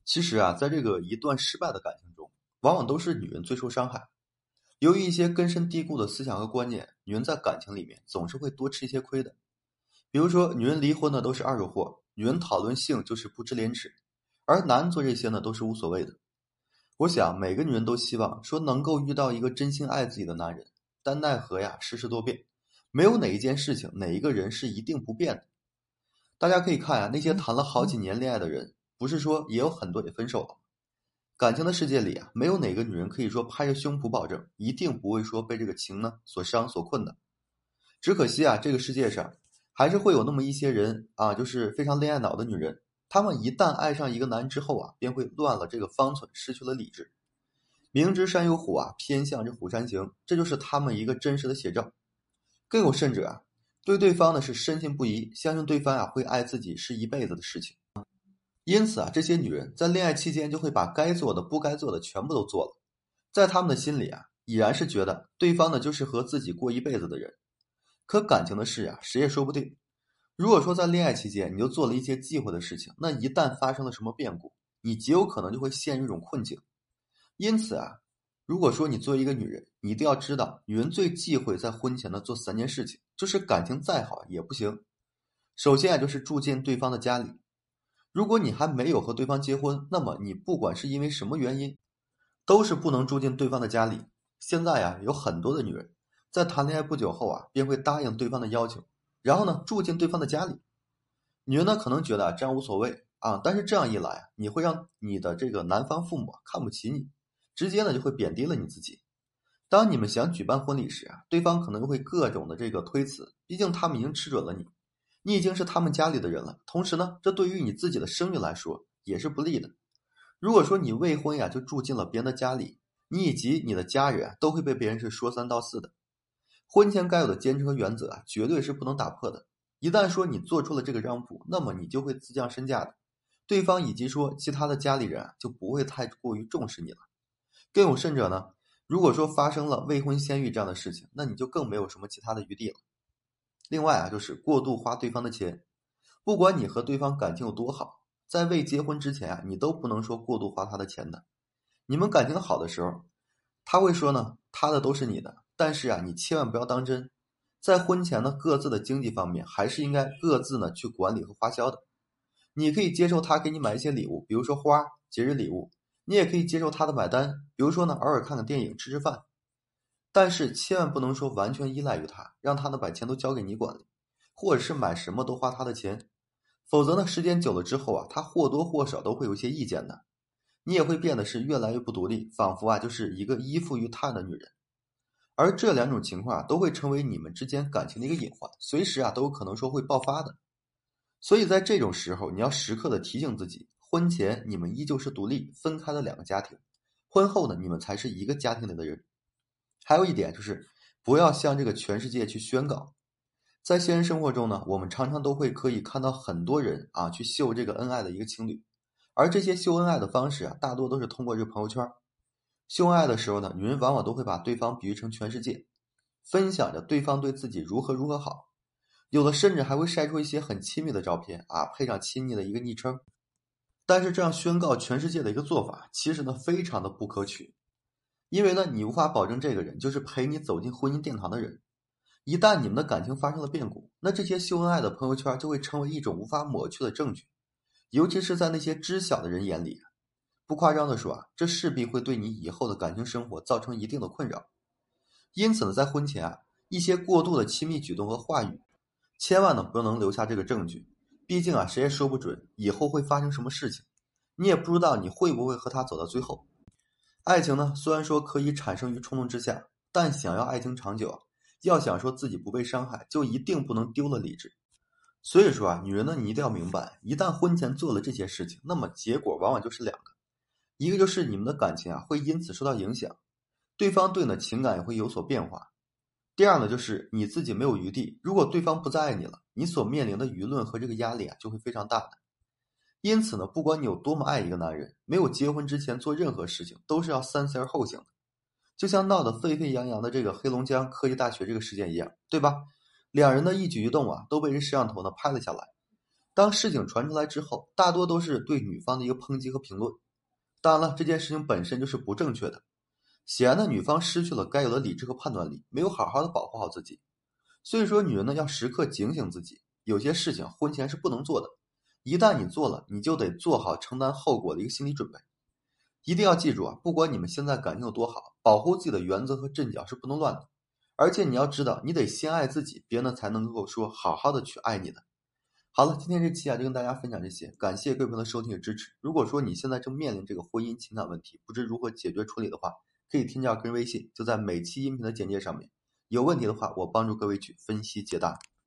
其实啊，在这个一段失败的感情中，往往都是女人最受伤害。由于一些根深蒂固的思想和观念，女人在感情里面总是会多吃一些亏的。比如说，女人离婚呢都是二手货，女人讨论性就是不知廉耻，而男人做这些呢都是无所谓的。我想每个女人都希望说能够遇到一个真心爱自己的男人，但奈何呀世事多变，没有哪一件事情哪一个人是一定不变的。大家可以看呀，那些谈了好几年恋爱的人，不是说也有很多也分手了。感情的世界里啊，没有哪个女人可以说拍着胸脯保证一定不会说被这个情呢所伤所困的。只可惜啊，这个世界上还是会有那么一些人啊，就是非常恋爱脑的女人，她们一旦爱上一个男人之后啊，便会乱了这个方寸，失去了理智。明知山有虎啊，偏向这虎山行，这就是她们一个真实的写照。更有甚者啊，对对方呢是深信不疑，相信对方啊会爱自己是一辈子的事情。因此啊，这些女人在恋爱期间就会把该做的、不该做的全部都做了，在她们的心里啊，已然是觉得对方呢就是和自己过一辈子的人。可感情的事啊，谁也说不定。如果说在恋爱期间你就做了一些忌讳的事情，那一旦发生了什么变故，你极有可能就会陷入一种困境。因此啊，如果说你作为一个女人，你一定要知道，女人最忌讳在婚前呢做三件事情，就是感情再好也不行。首先啊，就是住进对方的家里。如果你还没有和对方结婚，那么你不管是因为什么原因，都是不能住进对方的家里。现在呀，有很多的女人在谈恋爱不久后啊，便会答应对方的要求，然后呢住进对方的家里。女人呢可能觉得这样无所谓啊，但是这样一来啊，你会让你的这个男方父母看不起你，直接呢就会贬低了你自己。当你们想举办婚礼时啊，对方可能会各种的这个推辞，毕竟他们已经吃准了你，你已经是他们家里的人了。同时呢，这对于你自己的声誉来说也是不利的。如果说你未婚呀就住进了别人的家里，你以及你的家人啊都会被别人是说三道四的。婚前该有的坚持和原则啊，绝对是不能打破的。一旦说你做出了这个让步，那么你就会自降身价的。对方以及说其他的家里人啊，就不会太过于重视你了。更有甚者呢，如果说发生了未婚先孕这样的事情，那你就更没有什么其他的余地了。另外啊，就是过度花对方的钱，不管你和对方感情有多好，在未结婚之前啊，你都不能说过度花他的钱的。你们感情好的时候，他会说呢，他的都是你的，但是啊，你千万不要当真。在婚前呢，各自的经济方面还是应该各自呢去管理和花销的。你可以接受他给你买一些礼物，比如说花、节日礼物，你也可以接受他的买单，比如说呢，偶尔看看电影、吃吃饭。但是千万不能说完全依赖于他，让他呢把钱都交给你管理，或者是买什么都花他的钱，否则呢，时间久了之后啊，他或多或少都会有一些意见的。你也会变得是越来越不独立，仿佛啊就是一个依附于他人的女人。而这两种情况啊，都会成为你们之间感情的一个隐患，随时啊都有可能说会爆发的。所以在这种时候，你要时刻的提醒自己，婚前你们依旧是独立分开的两个家庭，婚后呢，你们才是一个家庭里的人。还有一点就是，不要向这个全世界去宣告。在现实生活中呢，我们常常都会可以看到很多人啊去秀这个恩爱的一个情侣，而这些秀恩爱的方式啊，大多都是通过这个朋友圈。秀恩爱的时候呢，女人往往都会把对方比喻成全世界，分享着对方对自己如何如何好，有的甚至还会晒出一些很亲密的照片啊，配上亲昵的一个昵称。但是这样宣告全世界的一个做法，其实呢非常的不可取，因为呢你无法保证这个人就是陪你走进婚姻殿堂的人。一旦你们的感情发生了变故，那这些秀恩爱的朋友圈就会成为一种无法抹去的证据，尤其是在那些知晓的人眼里。不夸张的说啊，这势必会对你以后的感情生活造成一定的困扰。因此呢，在婚前啊，一些过度的亲密举动和话语，千万呢不能留下这个证据。毕竟啊，谁也说不准以后会发生什么事情，你也不知道你会不会和他走到最后。爱情呢，虽然说可以产生于冲动之下，但想要爱情长久啊，要想说自己不被伤害，就一定不能丢了理智。所以说啊，女人呢，你一定要明白，一旦婚前做了这些事情，那么结果往往就是两个，一个就是你们的感情啊会因此受到影响，对方对你的情感也会有所变化。第二呢，就是你自己没有余地，如果对方不再爱你了，你所面临的舆论和这个压力啊就会非常大的。因此呢，不管你有多么爱一个男人，没有结婚之前做任何事情都是要三思而后行的。就像闹得沸沸扬扬的这个黑龙江科技大学这个事件一样，对吧？两人的一举一动啊，都被这摄像头呢拍了下来。 当事情传出来之后，大多都是对女方的一个抨击和评论。当然了，这件事情本身就是不正确的。显然的，女方失去了该有的理智和判断力，没有好好的保护好自己。所以说，女人呢要时刻警醒自己，有些事情婚前是不能做的，一旦你做了，你就得做好承担后果的一个心理准备。一定要记住啊，不管你们现在感情有多好，保护自己的原则和阵脚是不能乱的。而且你要知道，你得先爱自己，别人呢才能够说好好的去爱你的。好了，今天这期就跟大家分享这些，感谢各位朋友的收听与支持。如果说你现在正面临这个婚姻情感问题，不知如何解决处理的话，可以添加个人微信，就在每期音频的简介上面。有问题的话，我帮助各位去分析解答。